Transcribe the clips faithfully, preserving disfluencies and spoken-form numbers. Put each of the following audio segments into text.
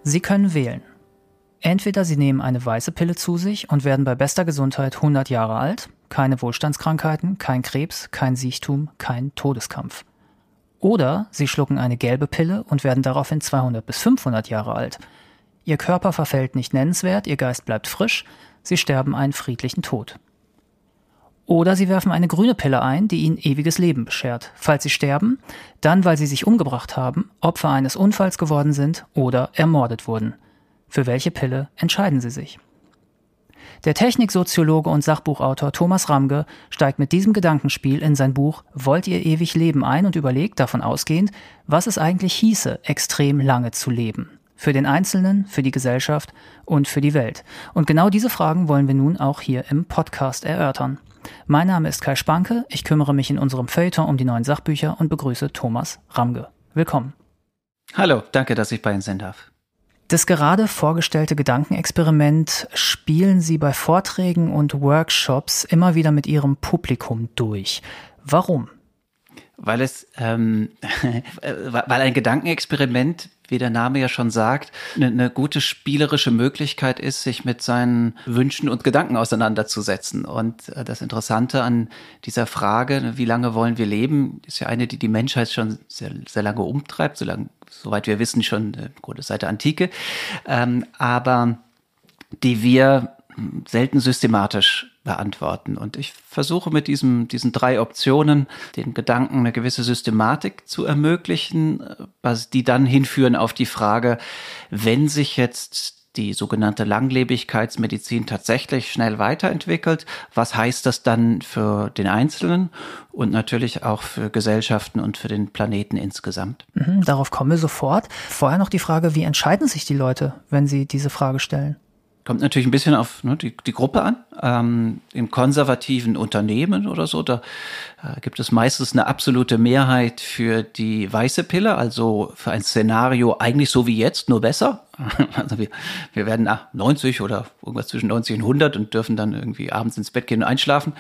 Sie können wählen. Entweder Sie nehmen eine weiße Pille zu sich und werden bei bester Gesundheit hundert Jahre alt, keine Wohlstandskrankheiten, kein Krebs, kein Siechtum, kein Todeskampf. Oder Sie schlucken eine gelbe Pille und werden daraufhin zweihundert bis fünfhundert Jahre alt. Ihr Körper verfällt nicht nennenswert, Ihr Geist bleibt frisch, Sie sterben einen friedlichen Tod. Oder Sie werfen eine grüne Pille ein, die Ihnen ewiges Leben beschert. Falls Sie sterben, dann weil Sie sich umgebracht haben, Opfer eines Unfalls geworden sind oder ermordet wurden. Für welche Pille entscheiden Sie sich? Der Techniksoziologe und Sachbuchautor Thomas Ramge steigt mit diesem Gedankenspiel in sein Buch Wollt ihr ewig leben ein und überlegt davon ausgehend, was es eigentlich hieße, extrem lange zu leben. Für den Einzelnen, für die Gesellschaft und für die Welt. Und genau diese Fragen wollen wir nun auch hier im Podcast erörtern. Mein Name ist Kai Spanke, ich kümmere mich in unserem Feuilleton um die neuen Sachbücher und begrüße Thomas Ramge. Willkommen. Hallo, danke, dass ich bei Ihnen sein darf. Das gerade vorgestellte Gedankenexperiment spielen Sie bei Vorträgen und Workshops immer wieder mit Ihrem Publikum durch. Warum? Weil es, ähm, weil ein Gedankenexperiment, wie der Name ja schon sagt, eine, eine gute spielerische Möglichkeit ist, sich mit seinen Wünschen und Gedanken auseinanderzusetzen. Und das Interessante an dieser Frage, wie lange wollen wir leben, ist ja eine, die die Menschheit schon sehr, sehr lange umtreibt, so lange, soweit wir wissen, schon im Grunde seit der Antike, ähm, aber die wir selten systematisch beantworten. Und ich versuche mit diesem, diesen drei Optionen den Gedanken eine gewisse Systematik zu ermöglichen, die dann hinführen auf die Frage, wenn sich jetzt die sogenannte Langlebigkeitsmedizin tatsächlich schnell weiterentwickelt, was heißt das dann für den Einzelnen und natürlich auch für Gesellschaften und für den Planeten insgesamt? Mhm, darauf kommen wir sofort. Vorher noch die Frage, wie entscheiden sich die Leute, wenn sie diese Frage stellen? Kommt natürlich ein bisschen auf ne, die, die Gruppe an. Ähm, in konservativen Unternehmen oder so, da äh, gibt es meistens eine absolute Mehrheit für die weiße Pille, also für ein Szenario eigentlich so wie jetzt, nur besser. Also wir, wir werden nach neunzig oder irgendwas zwischen neunzig und hundert und dürfen dann irgendwie abends ins Bett gehen und einschlafen.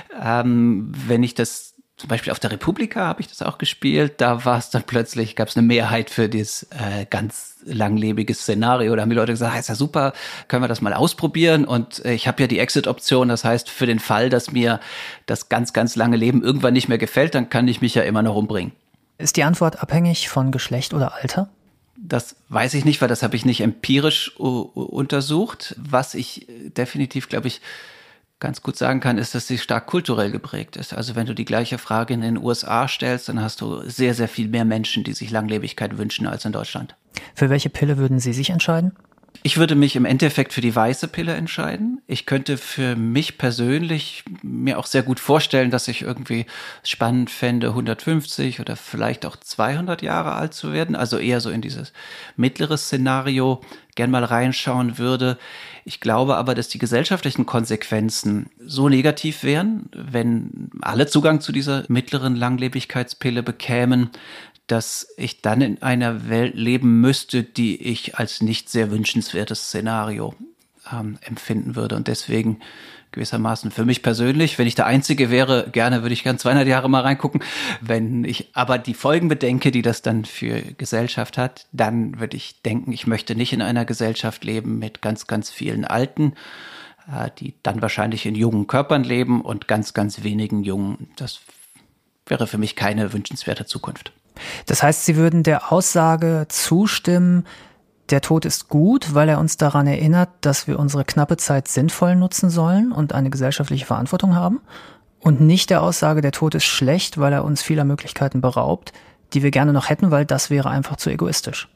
Ähm, wenn ich das Zum Beispiel auf der Republika habe ich das auch gespielt. Da war es dann plötzlich, gab es eine Mehrheit für dieses äh, ganz langlebige Szenario. Da haben die Leute gesagt, ah, ist ja super, können wir das mal ausprobieren. Und äh, ich habe ja die Exit-Option. Das heißt, für den Fall, dass mir das ganz, ganz lange Leben irgendwann nicht mehr gefällt, dann kann ich mich ja immer noch umbringen. Ist die Antwort abhängig von Geschlecht oder Alter? Das weiß ich nicht, weil das habe ich nicht empirisch uh, untersucht. Was ich definitiv, glaube ich, ganz gut sagen kann, ist, dass sie stark kulturell geprägt ist. Also wenn du die gleiche Frage in den U S A stellst, dann hast du sehr, sehr viel mehr Menschen, die sich Langlebigkeit wünschen als in Deutschland. Für welche Pille würden Sie sich entscheiden? Ich würde mich im Endeffekt für die weiße Pille entscheiden. Ich könnte für mich persönlich mir auch sehr gut vorstellen, dass ich irgendwie spannend fände, hundertfünfzig oder vielleicht auch zweihundert Jahre alt zu werden. Also eher so in dieses mittlere Szenario gern mal reinschauen würde. Ich glaube aber, dass die gesellschaftlichen Konsequenzen so negativ wären, wenn alle Zugang zu dieser mittleren Langlebigkeitspille bekämen, dass ich dann in einer Welt leben müsste, die ich als nicht sehr wünschenswertes Szenario ähm, empfinden würde. Und deswegen gewissermaßen für mich persönlich, wenn ich der Einzige wäre, gerne würde ich gern zweihundert Jahre mal reingucken. Wenn ich aber die Folgen bedenke, die das dann für Gesellschaft hat, dann würde ich denken, ich möchte nicht in einer Gesellschaft leben mit ganz, ganz vielen Alten, äh, die dann wahrscheinlich in jungen Körpern leben und ganz, ganz wenigen Jungen. Das wäre für mich keine wünschenswerte Zukunft. Das heißt, Sie würden der Aussage zustimmen, der Tod ist gut, weil er uns daran erinnert, dass wir unsere knappe Zeit sinnvoll nutzen sollen und eine gesellschaftliche Verantwortung haben, und nicht der Aussage, der Tod ist schlecht, weil er uns vieler Möglichkeiten beraubt, die wir gerne noch hätten, weil das wäre einfach zu egoistisch.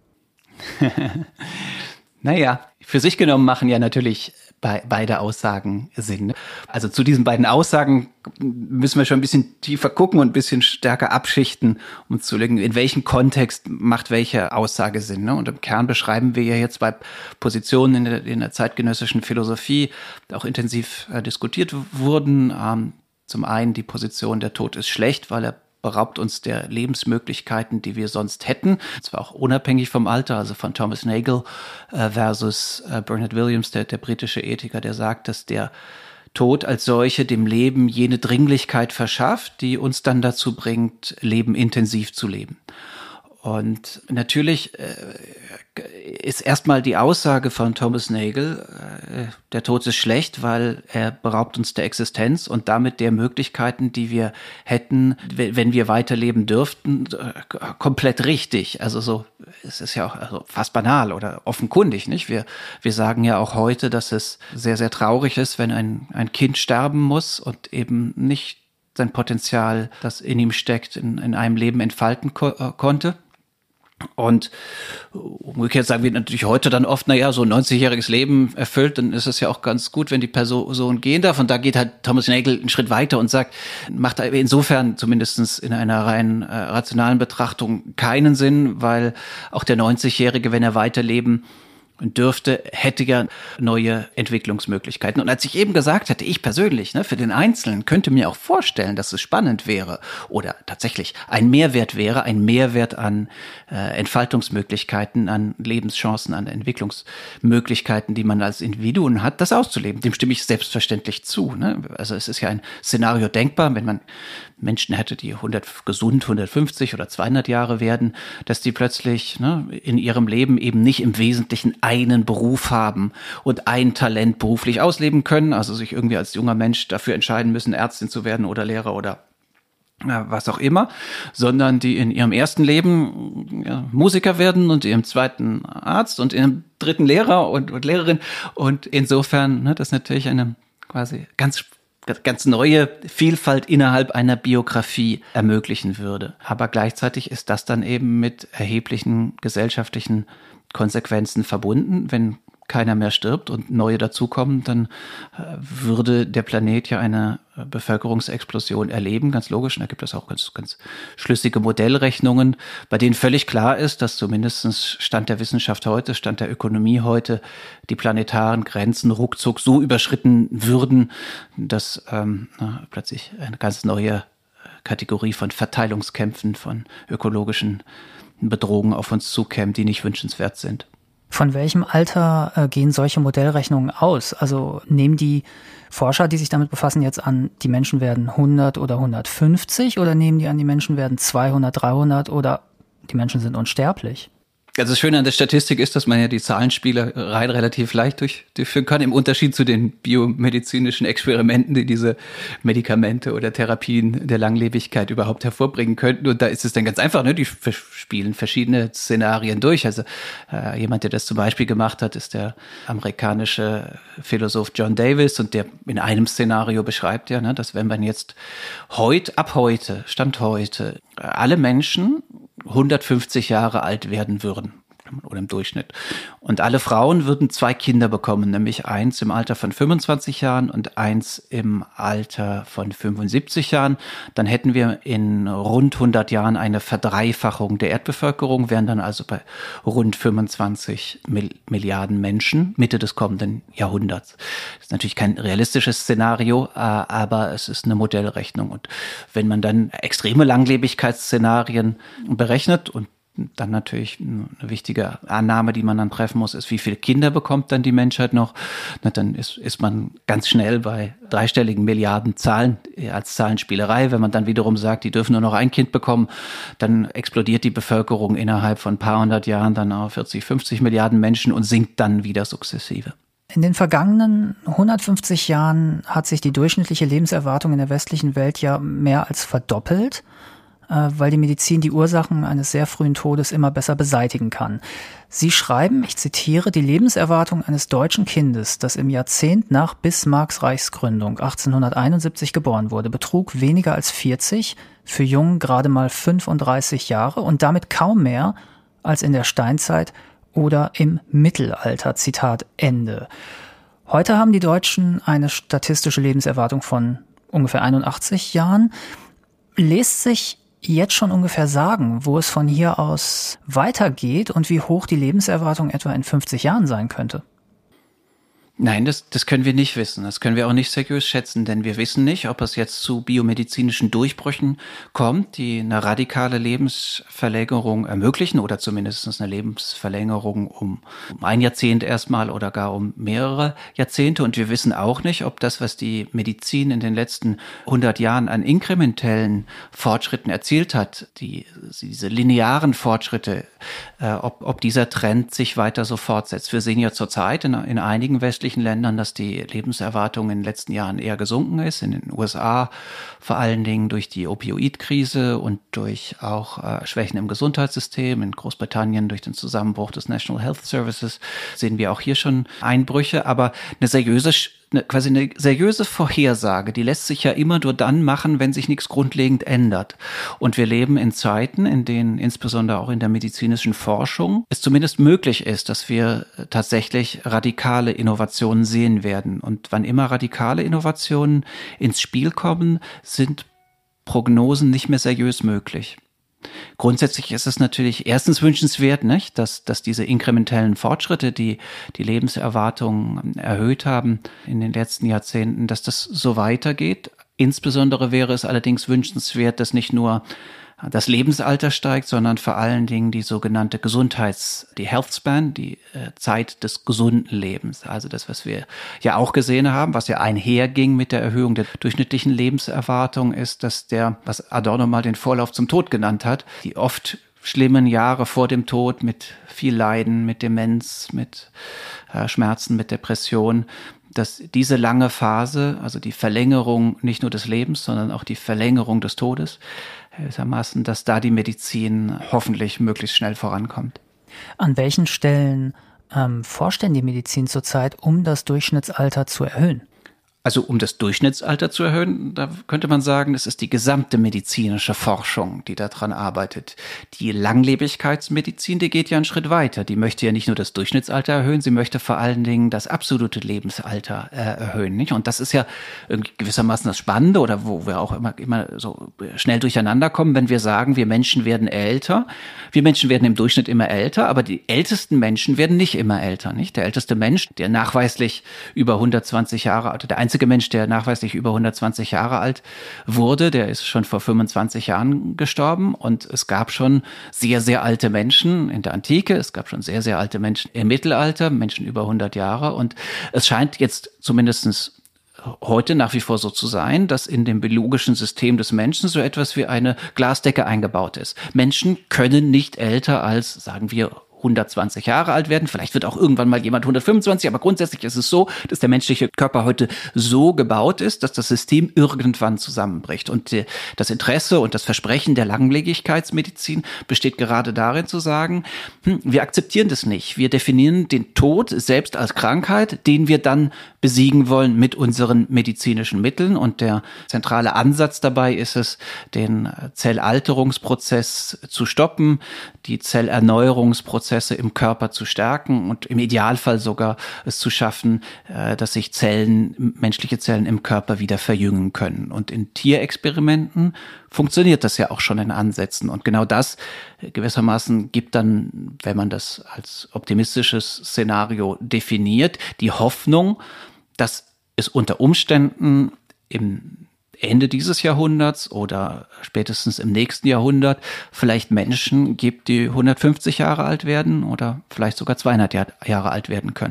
Naja, für sich genommen machen ja natürlich be- beide Aussagen Sinn. Also zu diesen beiden Aussagen müssen wir schon ein bisschen tiefer gucken und ein bisschen stärker abschichten, um zu legen, in welchem Kontext macht welche Aussage Sinn. Ne? Und im Kern beschreiben wir ja jetzt bei Positionen in der, in der zeitgenössischen Philosophie, die auch intensiv äh, diskutiert wurden. Ähm, zum einen die Position, der Tod ist schlecht, weil er beraubt uns der Lebensmöglichkeiten, die wir sonst hätten. Und zwar auch unabhängig vom Alter, also von Thomas Nagel äh, versus äh, Bernard Williams, der, der britische Ethiker, der sagt, dass der Tod als solche dem Leben jene Dringlichkeit verschafft, die uns dann dazu bringt, Leben intensiv zu leben. Und natürlich äh, ist erstmal die Aussage von Thomas Nagel, äh, der Tod ist schlecht, weil er beraubt uns der Existenz und damit der Möglichkeiten, die wir hätten, w- wenn wir weiterleben dürften, äh, komplett richtig. Also so, es ist ja auch also fast banal oder offenkundig, nicht? Wir, wir sagen ja auch heute, dass es sehr, sehr traurig ist, wenn ein, ein Kind sterben muss und eben nicht sein Potenzial, das in ihm steckt, in, in einem Leben entfalten ko- äh, konnte. Und umgekehrt sagen wir natürlich heute dann oft, naja, so ein neunzigjähriges Leben erfüllt, dann ist es ja auch ganz gut, wenn die Person gehen darf. Und da geht halt Thomas Nagel einen Schritt weiter und sagt, macht insofern zumindest in einer rein äh, rationalen Betrachtung keinen Sinn, weil auch der neunzigjährige, wenn er weiterleben dürfte, hätte ja neue Entwicklungsmöglichkeiten. Und als ich eben gesagt hatte, ich persönlich, ne, für den Einzelnen könnte mir auch vorstellen, dass es spannend wäre oder tatsächlich ein Mehrwert wäre, ein Mehrwert an äh, Entfaltungsmöglichkeiten, an Lebenschancen, an Entwicklungsmöglichkeiten, die man als Individuum hat, das auszuleben. Dem stimme ich selbstverständlich zu. Ne? Also es ist ja ein Szenario denkbar, wenn man Menschen hätte, die hundert, gesund hundertfünfzig oder zweihundert Jahre werden, dass die plötzlich ne, in ihrem Leben eben nicht im Wesentlichen einen Beruf haben und ein Talent beruflich ausleben können, also sich irgendwie als junger Mensch dafür entscheiden müssen, Ärztin zu werden oder Lehrer oder ja, was auch immer, sondern die in ihrem ersten Leben ja, Musiker werden und ihrem zweiten Arzt und ihrem dritten Lehrer und, und Lehrerin. Und insofern, ne, das ist natürlich eine quasi ganz ganz neue Vielfalt innerhalb einer Biografie ermöglichen würde. Aber gleichzeitig ist das dann eben mit erheblichen gesellschaftlichen Konsequenzen verbunden. Wenn keiner mehr stirbt und neue dazukommen, dann würde der Planet ja eine Bevölkerungsexplosion erleben, ganz logisch. Und da gibt es auch ganz, ganz schlüssige Modellrechnungen, bei denen völlig klar ist, dass zumindest Stand der Wissenschaft heute, Stand der Ökonomie heute, die planetaren Grenzen ruckzuck so überschritten würden, dass ähm, na, plötzlich eine ganz neue Kategorie von Verteilungskämpfen, von ökologischen Bedrohungen auf uns zukämen, die nicht wünschenswert sind. Von welchem Alter äh, gehen solche Modellrechnungen aus? Also nehmen die Forscher, die sich damit befassen, jetzt an, die Menschen werden hundert oder hundertfünfzig oder nehmen die an, die Menschen werden zweihundert, dreihundert oder die Menschen sind unsterblich? Also das Schöne an der Statistik ist, dass man ja die Zahlenspielerei relativ leicht durch, durchführen kann, im Unterschied zu den biomedizinischen Experimenten, die diese Medikamente oder Therapien der Langlebigkeit überhaupt hervorbringen könnten. Und da ist es dann ganz einfach, ne? Die spielen verschiedene Szenarien durch. Also äh, jemand, der das zum Beispiel gemacht hat, ist der amerikanische Philosoph John Davis, und der in einem Szenario beschreibt ja, ne, dass wenn man jetzt heute, ab heute, Stand heute, alle Menschen hundertfünfzig Jahre alt werden würden, oder im Durchschnitt. Und alle Frauen würden zwei Kinder bekommen, nämlich eins im Alter von fünfundzwanzig Jahren und eins im Alter von fünfundsiebzig Jahren. Dann hätten wir in rund hundert Jahren eine Verdreifachung der Erdbevölkerung, wären dann also bei rund fünfundzwanzig Milliarden Menschen Mitte des kommenden Jahrhunderts. Das ist natürlich kein realistisches Szenario, aber es ist eine Modellrechnung. Und wenn man dann extreme Langlebigkeitsszenarien berechnet und dann natürlich eine wichtige Annahme, die man dann treffen muss, ist, wie viele Kinder bekommt dann die Menschheit noch? Na, dann ist, ist man ganz schnell bei dreistelligen Milliarden Zahlen als Zahlenspielerei. Wenn man dann wiederum sagt, die dürfen nur noch ein Kind bekommen, dann explodiert die Bevölkerung innerhalb von ein paar hundert Jahren dann auf vierzig, fünfzig Milliarden Menschen und sinkt dann wieder sukzessive. In den vergangenen hundertfünfzig Jahren hat sich die durchschnittliche Lebenserwartung in der westlichen Welt ja mehr als verdoppelt, weil die Medizin die Ursachen eines sehr frühen Todes immer besser beseitigen kann. Sie schreiben, ich zitiere, die Lebenserwartung eines deutschen Kindes, das im Jahrzehnt nach Bismarcks Reichsgründung achtzehnhunderteinundsiebzig geboren wurde, betrug weniger als vierzig, für Jungen gerade mal fünfunddreißig Jahre und damit kaum mehr als in der Steinzeit oder im Mittelalter. Zitat Ende. Heute haben die Deutschen eine statistische Lebenserwartung von ungefähr einundachtzig Jahren. Lässt sich jetzt schon ungefähr sagen, wo es von hier aus weitergeht und wie hoch die Lebenserwartung etwa in fünfzig Jahren sein könnte? Nein, das, das können wir nicht wissen. Das können wir auch nicht seriös schätzen, denn wir wissen nicht, ob es jetzt zu biomedizinischen Durchbrüchen kommt, die eine radikale Lebensverlängerung ermöglichen oder zumindest eine Lebensverlängerung um, um ein Jahrzehnt erstmal oder gar um mehrere Jahrzehnte. Und wir wissen auch nicht, ob das, was die Medizin in den letzten hundert Jahren an inkrementellen Fortschritten erzielt hat, die, diese linearen Fortschritte, äh, ob, ob dieser Trend sich weiter so fortsetzt. Wir sehen ja zurzeit in, in einigen westlichen Ländern, dass die Lebenserwartung in den letzten Jahren eher gesunken ist. In den U S A vor allen Dingen durch die Opioidkrise und durch auch äh, Schwächen im Gesundheitssystem. In Großbritannien durch den Zusammenbruch des National Health Services sehen wir auch hier schon Einbrüche. Aber eine seriöse Eine, quasi eine seriöse Vorhersage, die lässt sich ja immer nur dann machen, wenn sich nichts grundlegend ändert. Und wir leben in Zeiten, in denen insbesondere auch in der medizinischen Forschung es zumindest möglich ist, dass wir tatsächlich radikale Innovationen sehen werden. Und wann immer radikale Innovationen ins Spiel kommen, sind Prognosen nicht mehr seriös möglich. Grundsätzlich ist es natürlich erstens wünschenswert, nicht, dass, dass diese inkrementellen Fortschritte, die die Lebenserwartung erhöht haben in den letzten Jahrzehnten, dass das so weitergeht. Insbesondere wäre es allerdings wünschenswert, dass nicht nur das Lebensalter steigt, sondern vor allen Dingen die sogenannte Gesundheits-, die Health Span, die äh, Zeit des gesunden Lebens. Also das, was wir ja auch gesehen haben, was ja einherging mit der Erhöhung der durchschnittlichen Lebenserwartung, ist, dass der, was Adorno mal den Vorlauf zum Tod genannt hat, die oft schlimmen Jahre vor dem Tod mit viel Leiden, mit Demenz, mit äh, Schmerzen, mit Depression, dass diese lange Phase, also die Verlängerung nicht nur des Lebens, sondern auch die Verlängerung des Todes, gewissermaßen, dass da die Medizin hoffentlich möglichst schnell vorankommt. An welchen Stellen ähm, forscht denn die Medizin zurzeit, um das Durchschnittsalter zu erhöhen? Also um das Durchschnittsalter zu erhöhen, da könnte man sagen, das ist die gesamte medizinische Forschung, die daran arbeitet. Die Langlebigkeitsmedizin, die geht ja einen Schritt weiter. Die möchte ja nicht nur das Durchschnittsalter erhöhen, sie möchte vor allen Dingen das absolute Lebensalter äh, erhöhen. Nicht? Und das ist ja irgendwie gewissermaßen das Spannende oder wo wir auch immer, immer so schnell durcheinander kommen, wenn wir sagen, wir Menschen werden älter. Wir Menschen werden im Durchschnitt immer älter, aber die ältesten Menschen werden nicht immer älter. Nicht? Der älteste Mensch, der nachweislich über hundertzwanzig Jahre alt, der einzige Mensch, der nachweislich über hundertzwanzig Jahre alt wurde, der ist schon vor fünfundzwanzig Jahren gestorben und es gab schon sehr, sehr alte Menschen in der Antike, es gab schon sehr, sehr alte Menschen im Mittelalter, Menschen über hundert Jahre und es scheint jetzt zumindest heute nach wie vor so zu sein, dass in dem biologischen System des Menschen so etwas wie eine Glasdecke eingebaut ist. Menschen können nicht älter als, sagen wir, hundertzwanzig Jahre alt werden. Vielleicht wird auch irgendwann mal jemand hundertfünfundzwanzig, aber grundsätzlich ist es so, dass der menschliche Körper heute so gebaut ist, dass das System irgendwann zusammenbricht. Und die, das Interesse und das Versprechen der Langlebigkeitsmedizin besteht gerade darin zu sagen, hm, wir akzeptieren das nicht. Wir definieren den Tod selbst als Krankheit, den wir dann besiegen wollen mit unseren medizinischen Mitteln. Und der zentrale Ansatz dabei ist es, den Zellalterungsprozess zu stoppen, die Zellerneuerungsprozesse im Körper zu stärken und im Idealfall sogar es zu schaffen, dass sich Zellen, menschliche Zellen im Körper wieder verjüngen können. Und in Tierexperimenten funktioniert das ja auch schon in Ansätzen. Und genau das gewissermaßen gibt dann, wenn man das als optimistisches Szenario definiert, die Hoffnung, dass es unter Umständen im Ende dieses Jahrhunderts oder spätestens im nächsten Jahrhundert vielleicht Menschen gibt, die hundertfünfzig Jahre alt werden oder vielleicht sogar zweihundert Jahre alt werden können.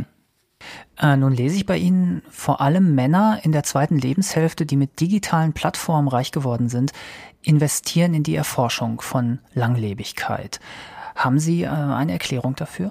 Äh, nun lese ich bei Ihnen vor allem Männer in der zweiten Lebenshälfte, die mit digitalen Plattformen reich geworden sind, investieren in die Erforschung von Langlebigkeit. Haben Sie äh, eine Erklärung dafür?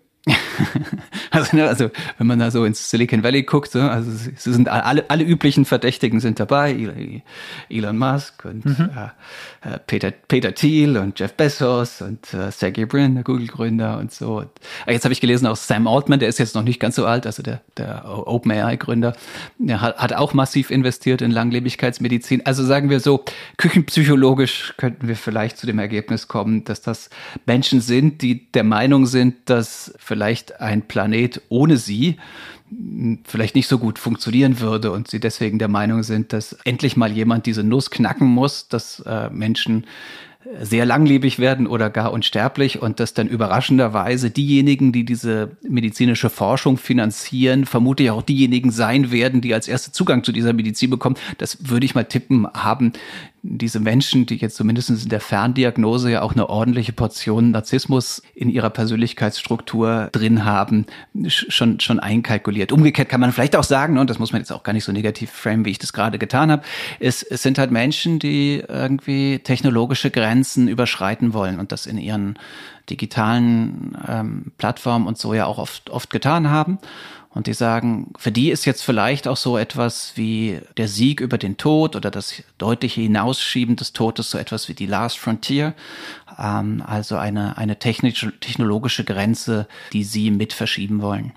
Also, ne, also wenn man da so ins Silicon Valley guckt, so, also es sind alle, alle üblichen Verdächtigen sind dabei, Elon Musk und mhm. äh, Peter, Peter Thiel und Jeff Bezos und äh, Sergey Brin, der Google-Gründer und so. Und, äh, jetzt habe ich gelesen, auch Sam Altman, der ist jetzt noch nicht ganz so alt, also der, der OpenAI-Gründer, der hat, hat auch massiv investiert in Langlebigkeitsmedizin. Also sagen wir so, küchenpsychologisch könnten wir vielleicht zu dem Ergebnis kommen, dass das Menschen sind, die der Meinung sind, dass vielleicht ein Planet ohne sie vielleicht nicht so gut funktionieren würde und sie deswegen der Meinung sind, dass endlich mal jemand diese Nuss knacken muss, dass äh, Menschen sehr langlebig werden oder gar unsterblich und dass dann überraschenderweise diejenigen, die diese medizinische Forschung finanzieren, vermutlich auch diejenigen sein werden, die als erste Zugang zu dieser Medizin bekommen. Das würde ich mal tippen, haben diese Menschen, die jetzt zumindest in der Ferndiagnose ja auch eine ordentliche Portion Narzissmus in ihrer Persönlichkeitsstruktur drin haben, schon, schon einkalkuliert. Umgekehrt kann man vielleicht auch sagen, und das muss man jetzt auch gar nicht so negativ framen, wie ich das gerade getan habe, es, es sind halt Menschen, die irgendwie technologische Grenzen überschreiten wollen und das in ihren digitalen ähm, Plattformen und so ja auch oft, oft getan haben. Und die sagen, für die ist jetzt vielleicht auch so etwas wie der Sieg über den Tod oder das deutliche Hinausschieben des Todes so etwas wie die Last Frontier, ähm, also eine, eine technische, technologische Grenze, die sie mit verschieben wollen.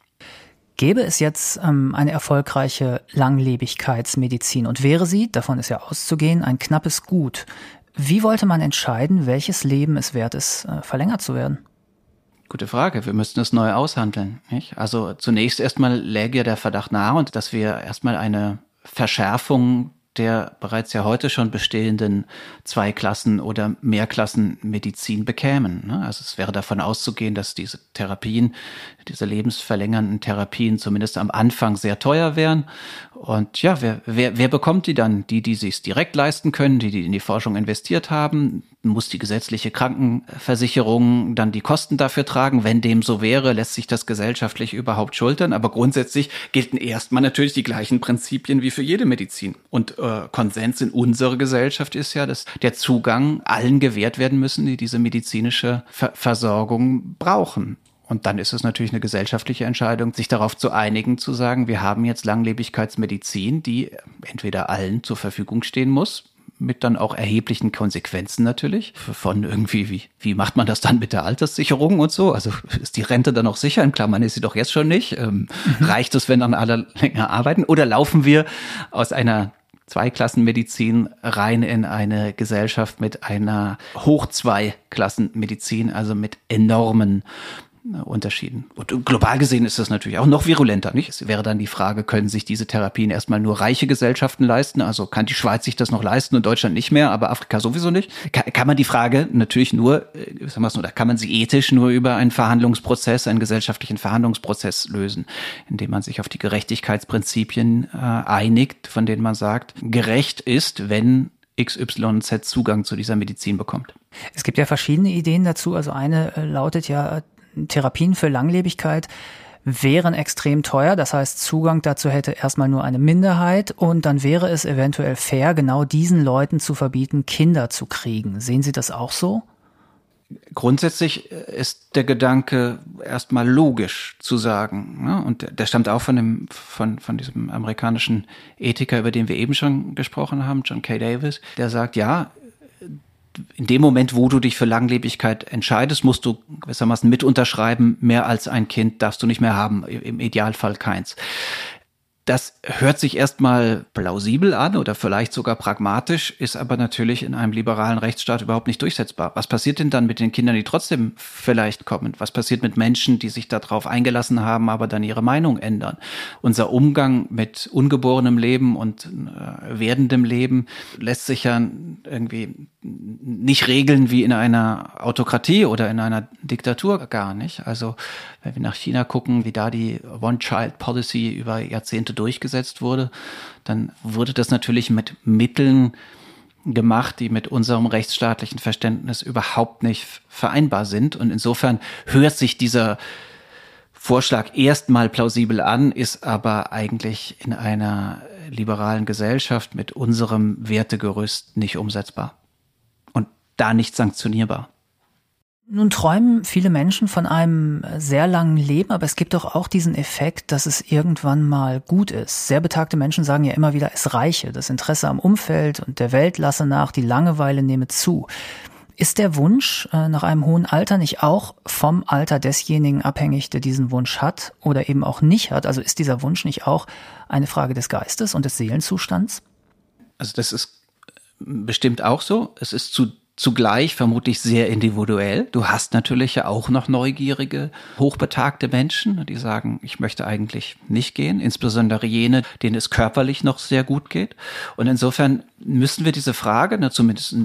Gäbe es jetzt ähm, eine erfolgreiche Langlebigkeitsmedizin und wäre sie, davon ist ja auszugehen, ein knappes Gut, wie wollte man entscheiden, welches Leben es wert ist, äh, verlängert zu werden? Gute Frage. Wir müssten es neu aushandeln, nicht? Also zunächst erstmal läge ja der Verdacht nahe, und dass wir erstmal eine Verschärfung der bereits ja heute schon bestehenden Zweiklassen- oder Mehrklassenmedizin bekämen. Ne? Also es wäre davon auszugehen, dass diese Therapien, diese lebensverlängernden Therapien zumindest am Anfang sehr teuer wären. Und ja, wer, wer, wer bekommt die dann? Die, die sich direkt leisten können, die, die in die Forschung investiert haben? Muss die gesetzliche Krankenversicherung dann die Kosten dafür tragen? Wenn dem so wäre, lässt sich das gesellschaftlich überhaupt schultern. Aber grundsätzlich gelten erstmal natürlich die gleichen Prinzipien wie für jede Medizin. Und äh, Konsens in unserer Gesellschaft ist ja, dass der Zugang allen gewährt werden müssen, die diese medizinische Ver- Versorgung brauchen. Und dann ist es natürlich eine gesellschaftliche Entscheidung, sich darauf zu einigen, zu sagen, wir haben jetzt Langlebigkeitsmedizin, die entweder allen zur Verfügung stehen muss, mit dann auch erheblichen Konsequenzen natürlich, von irgendwie, wie, wie macht man das dann mit der Alterssicherung und so? Also ist die Rente dann noch sicher? In Klammern ist sie doch jetzt schon nicht. Ähm, mhm. Reicht es, wenn dann alle länger arbeiten? Oder laufen wir aus einer Zweiklassenmedizin rein in eine Gesellschaft mit einer Hoch-Zwei-Klassenmedizin, also mit enormen Unterschieden. Und global gesehen ist das natürlich auch noch virulenter, nicht? Es wäre dann die Frage, können sich diese Therapien erstmal nur reiche Gesellschaften leisten? Also kann die Schweiz sich das noch leisten und Deutschland nicht mehr, aber Afrika sowieso nicht? Kann, kann man die Frage natürlich nur, sagen wir es, oder kann man sie ethisch nur über einen Verhandlungsprozess, einen gesellschaftlichen Verhandlungsprozess lösen, indem man sich auf die Gerechtigkeitsprinzipien äh, einigt, von denen man sagt, gerecht ist, wenn X Y Z Zugang zu dieser Medizin bekommt. Es gibt ja verschiedene Ideen dazu. Also eine äh, lautet ja, Therapien für Langlebigkeit wären extrem teuer. Das heißt, Zugang dazu hätte erstmal nur eine Minderheit und dann wäre es eventuell fair, genau diesen Leuten zu verbieten, Kinder zu kriegen. Sehen Sie das auch so? Grundsätzlich ist der Gedanke erstmal logisch zu sagen, ne? Und der stammt auch von dem, von, von diesem amerikanischen Ethiker, über den wir eben schon gesprochen haben, John K. Davis, der sagt, ja, in dem Moment, wo du dich für Langlebigkeit entscheidest, musst du gewissermaßen mit unterschreiben, mehr als ein Kind darfst du nicht mehr haben, im Idealfall keins. Das hört sich erstmal plausibel an oder vielleicht sogar pragmatisch, ist aber natürlich in einem liberalen Rechtsstaat überhaupt nicht durchsetzbar. Was passiert denn dann mit den Kindern, die trotzdem vielleicht kommen? Was passiert mit Menschen, die sich darauf eingelassen haben, aber dann ihre Meinung ändern? Unser Umgang mit ungeborenem Leben und äh, werdendem Leben lässt sich ja irgendwie nicht regeln wie in einer Autokratie oder in einer Diktatur gar nicht. Also wenn wir nach China gucken, wie da die One-Child-Policy über Jahrzehnte durchgesetzt wurde, dann wurde das natürlich mit Mitteln gemacht, die mit unserem rechtsstaatlichen Verständnis überhaupt nicht vereinbar sind. Und insofern hört sich dieser Vorschlag erstmal plausibel an, ist aber eigentlich in einer liberalen Gesellschaft mit unserem Wertegerüst nicht umsetzbar und da nicht sanktionierbar. Nun träumen viele Menschen von einem sehr langen Leben, aber es gibt doch auch diesen Effekt, dass es irgendwann mal gut ist. Sehr betagte Menschen sagen ja immer wieder, es reiche, das Interesse am Umfeld und der Welt lasse nach, die Langeweile nehme zu. Ist der Wunsch nach einem hohen Alter nicht auch vom Alter desjenigen abhängig, der diesen Wunsch hat oder eben auch nicht hat? Also ist dieser Wunsch nicht auch eine Frage des Geistes und des Seelenzustands? Also das ist bestimmt auch so. Es ist zu Zugleich vermutlich sehr individuell. Du hast natürlich ja auch noch neugierige, hochbetagte Menschen, die sagen, ich möchte eigentlich nicht gehen, insbesondere jene, denen es körperlich noch sehr gut geht. Und insofern müssen wir diese Frage, ne, zumindest in dem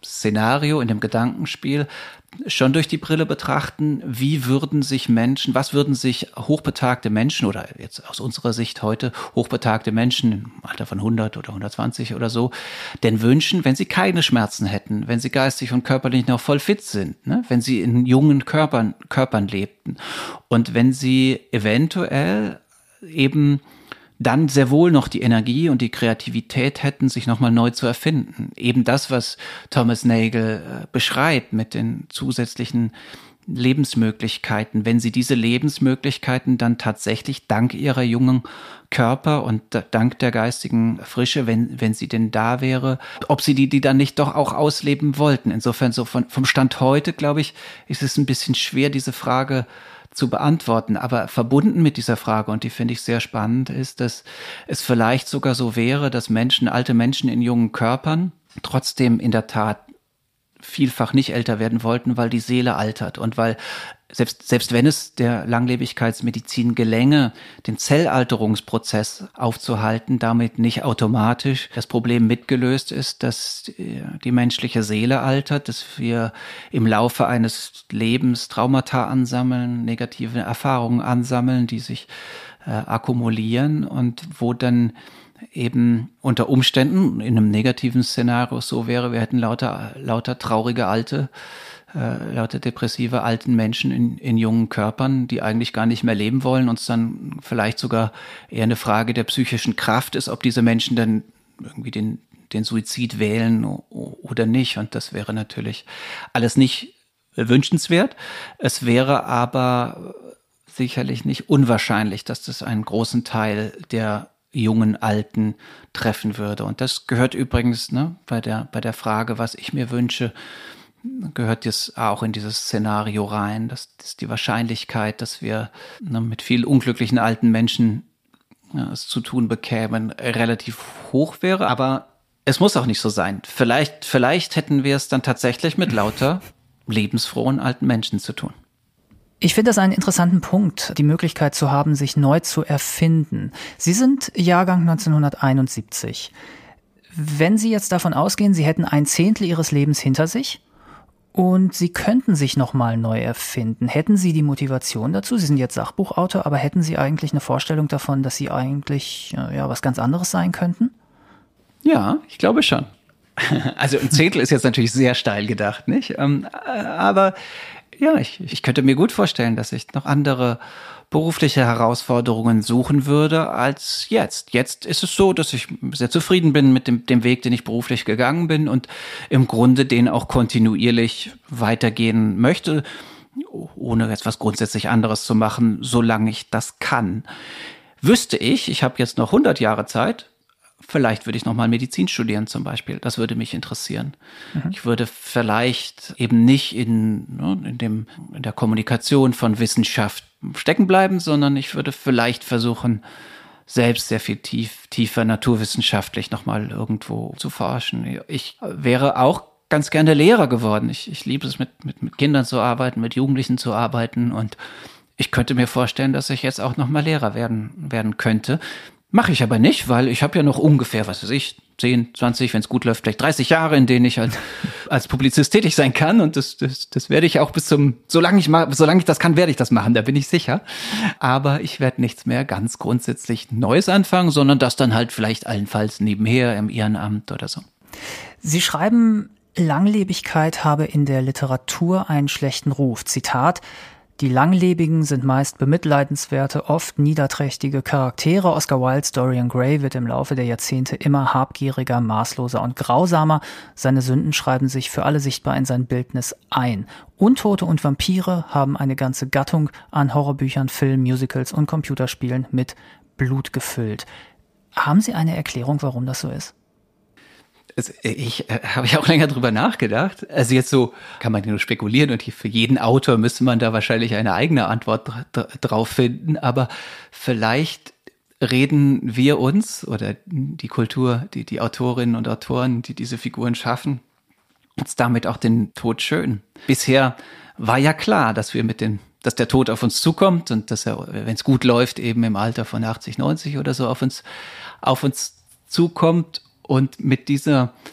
Szenario, in dem Gedankenspiel schon durch die Brille betrachten, wie würden sich Menschen, was würden sich hochbetagte Menschen oder jetzt aus unserer Sicht heute hochbetagte Menschen im Alter von hundert oder hundertzwanzig oder so denn wünschen, wenn sie keine Schmerzen hätten, wenn sie geistig und körperlich noch voll fit sind, ne? Wenn sie in jungen Körpern, Körpern lebten und wenn sie eventuell eben dann sehr wohl noch die Energie und die Kreativität hätten, sich nochmal neu zu erfinden. Eben das, was Thomas Nagel äh, beschreibt mit den zusätzlichen Lebensmöglichkeiten, wenn sie diese Lebensmöglichkeiten dann tatsächlich dank ihrer jungen Körper und dank der geistigen Frische, wenn wenn sie denn da wäre, ob sie die die dann nicht doch auch ausleben wollten. Insofern so von, vom Stand heute, glaube ich, ist es ein bisschen schwer, diese Frage zu beantworten, aber verbunden mit dieser Frage, und die finde ich sehr spannend, ist, dass es vielleicht sogar so wäre, dass Menschen, alte Menschen in jungen Körpern trotzdem in der Tat vielfach nicht älter werden wollten, weil die Seele altert und weil selbst, selbst wenn es der Langlebigkeitsmedizin gelänge, den Zellalterungsprozess aufzuhalten, damit nicht automatisch das Problem mitgelöst ist, dass die menschliche Seele altert, dass wir im Laufe eines Lebens Traumata ansammeln, negative Erfahrungen ansammeln, die sich äh, akkumulieren und wo dann eben unter Umständen in einem negativen Szenario so wäre, wir hätten lauter, lauter traurige alte, äh, lauter depressive alten Menschen in, in jungen Körpern, die eigentlich gar nicht mehr leben wollen, uns dann vielleicht sogar eher eine Frage der psychischen Kraft ist, ob diese Menschen dann irgendwie den, den Suizid wählen oder nicht. Und das wäre natürlich alles nicht wünschenswert. Es wäre aber sicherlich nicht unwahrscheinlich, dass das einen großen Teil der jungen Alten treffen würde. Und das gehört übrigens, ne, bei der, bei der Frage, was ich mir wünsche, gehört das auch in dieses Szenario rein. Das, das ist die Wahrscheinlichkeit, dass wir ne, mit viel unglücklichen alten Menschen ja, es zu tun bekämen, relativ hoch wäre. Aber es muss auch nicht so sein. Vielleicht, vielleicht hätten wir es dann tatsächlich mit lauter lebensfrohen alten Menschen zu tun. Ich finde das einen interessanten Punkt, die Möglichkeit zu haben, sich neu zu erfinden. Sie sind Jahrgang neunzehnhunderteinundsiebzig. Wenn Sie jetzt davon ausgehen, Sie hätten ein Zehntel Ihres Lebens hinter sich und Sie könnten sich nochmal neu erfinden, hätten Sie die Motivation dazu? Sie sind jetzt Sachbuchautor, aber hätten Sie eigentlich eine Vorstellung davon, dass Sie eigentlich ja was ganz anderes sein könnten? Ja, ich glaube schon. Also ein Zehntel ist jetzt natürlich sehr steil gedacht, nicht? Aber ja, ich, ich könnte mir gut vorstellen, dass ich noch andere berufliche Herausforderungen suchen würde als jetzt. Jetzt ist es so, dass ich sehr zufrieden bin mit dem, dem Weg, den ich beruflich gegangen bin und im Grunde den auch kontinuierlich weitergehen möchte, ohne jetzt was grundsätzlich anderes zu machen, solange ich das kann. Wüsste ich, ich habe jetzt noch hundert Jahre Zeit, vielleicht würde ich nochmal Medizin studieren zum Beispiel. Das würde mich interessieren. Mhm. Ich würde vielleicht eben nicht in, ne, in, dem, in der Kommunikation von Wissenschaft stecken bleiben, sondern ich würde vielleicht versuchen, selbst sehr viel tief, tiefer naturwissenschaftlich nochmal irgendwo zu forschen. Ich wäre auch ganz gerne Lehrer geworden. Ich, ich liebe es, mit, mit, mit Kindern zu arbeiten, mit Jugendlichen zu arbeiten und ich könnte mir vorstellen, dass ich jetzt auch nochmal Lehrer werden, werden könnte. Mache ich aber nicht, weil ich habe ja noch ungefähr, was weiß ich, zehn, zwanzig, wenn es gut läuft, vielleicht dreißig Jahre, in denen ich als, als Publizist tätig sein kann. Und das, das, das werde ich auch bis zum, solange ich mal, solange ich das kann, werde ich das machen, da bin ich sicher. Aber ich werde nichts mehr ganz grundsätzlich Neues anfangen, sondern das dann halt vielleicht allenfalls nebenher im Ehrenamt oder so. Sie schreiben, Langlebigkeit habe in der Literatur einen schlechten Ruf. Zitat: Die Langlebigen sind meist bemitleidenswerte, oft niederträchtige Charaktere. Oscar Wildes Dorian Gray wird im Laufe der Jahrzehnte immer habgieriger, maßloser und grausamer. Seine Sünden schreiben sich für alle sichtbar in sein Bildnis ein. Untote und Vampire haben eine ganze Gattung an Horrorbüchern, Filmen, Musicals und Computerspielen mit Blut gefüllt. Haben Sie eine Erklärung, warum das so ist? Ich äh, habe ja auch länger drüber nachgedacht. Also jetzt so kann man nur spekulieren und für jeden Autor müsste man da wahrscheinlich eine eigene Antwort dr- drauf finden. Aber vielleicht reden wir uns oder die Kultur, die, die Autorinnen und Autoren, die diese Figuren schaffen, uns damit auch den Tod schön. Bisher war ja klar, dass wir mit den, dass der Tod auf uns zukommt und dass er, wenn es gut läuft, eben im Alter von achtzig, neunzig oder so auf uns, auf uns zukommt. Und mit dieser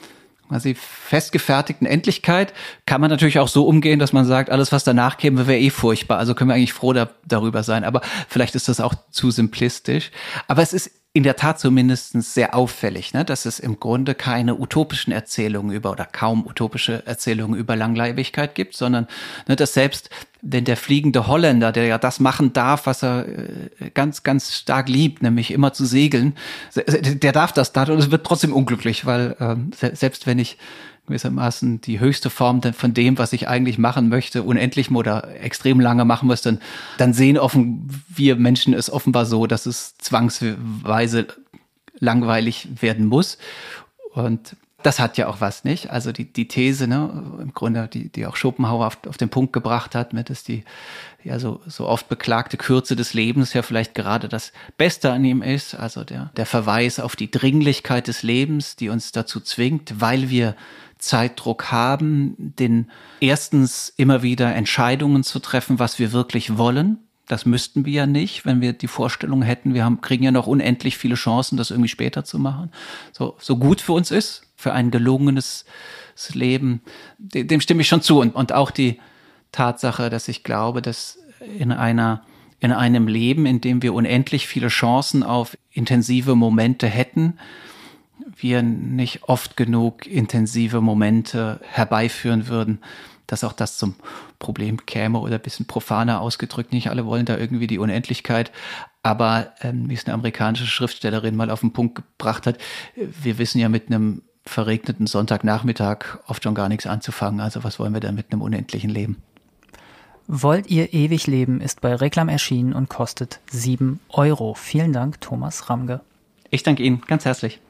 quasi festgefertigten Endlichkeit kann man natürlich auch so umgehen, dass man sagt, alles, was danach käme, wäre eh furchtbar. Also können wir eigentlich froh da, darüber sein. Aber vielleicht ist das auch zu simplistisch. Aber es ist in der Tat zumindest sehr auffällig, ne, dass es im Grunde keine utopischen Erzählungen über oder kaum utopische Erzählungen über Langlebigkeit gibt, sondern ne, dass selbst wenn der fliegende Holländer, der ja das machen darf, was er äh, ganz, ganz stark liebt, nämlich immer zu segeln, der darf das da und es wird trotzdem unglücklich, weil ähm, selbst wenn ich gewissermaßen die höchste Form von dem, was ich eigentlich machen möchte, unendlich oder extrem lange machen muss, dann, dann sehen offen wir Menschen es offenbar so, dass es zwangsweise langweilig werden muss. Und das hat ja auch was, nicht? Also die, die These, ne, im Grunde, die, die auch Schopenhauer auf, auf den Punkt gebracht hat, ne, dass die ja so, so oft beklagte Kürze des Lebens ja vielleicht gerade das Beste an ihm ist. Also der, der Verweis auf die Dringlichkeit des Lebens, die uns dazu zwingt, weil wir Zeitdruck haben, den erstens immer wieder Entscheidungen zu treffen, was wir wirklich wollen. Das müssten wir ja nicht, wenn wir die Vorstellung hätten, wir haben, kriegen ja noch unendlich viele Chancen, das irgendwie später zu machen. So, so gut für uns ist, für ein gelungenes Leben, dem, dem stimme ich schon zu. Und, und auch die Tatsache, dass ich glaube, dass in einer, in einem Leben, in dem wir unendlich viele Chancen auf intensive Momente hätten, wir nicht oft genug intensive Momente herbeiführen würden, dass auch das zum Problem käme oder ein bisschen profaner ausgedrückt. Nicht alle wollen da irgendwie die Unendlichkeit, aber ähm, wie es eine amerikanische Schriftstellerin mal auf den Punkt gebracht hat, wir wissen ja mit einem verregneten Sonntagnachmittag oft schon gar nichts anzufangen. Also was wollen wir denn mit einem unendlichen Leben? Wollt ihr ewig leben ist bei Reklam erschienen und kostet sieben Euro. Vielen Dank, Thomas Ramge. Ich danke Ihnen ganz herzlich.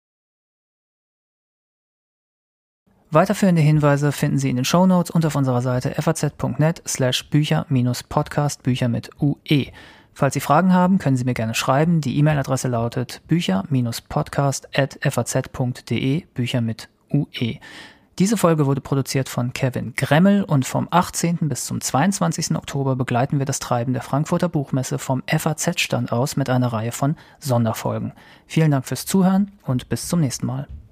Weiterführende Hinweise finden Sie in den Shownotes und auf unserer Seite faz.net slash Bücher minus Podcast, Bücher mit U E. Falls Sie Fragen haben, können Sie mir gerne schreiben. Die E-Mail-Adresse lautet bücher minus podcast at faz.de, Bücher mit U E. Diese Folge wurde produziert von Kevin Gremmel und vom achtzehnten bis zum zweiundzwanzigsten Oktober begleiten wir das Treiben der Frankfurter Buchmesse vom F A Z-Stand aus mit einer Reihe von Sonderfolgen. Vielen Dank fürs Zuhören und bis zum nächsten Mal.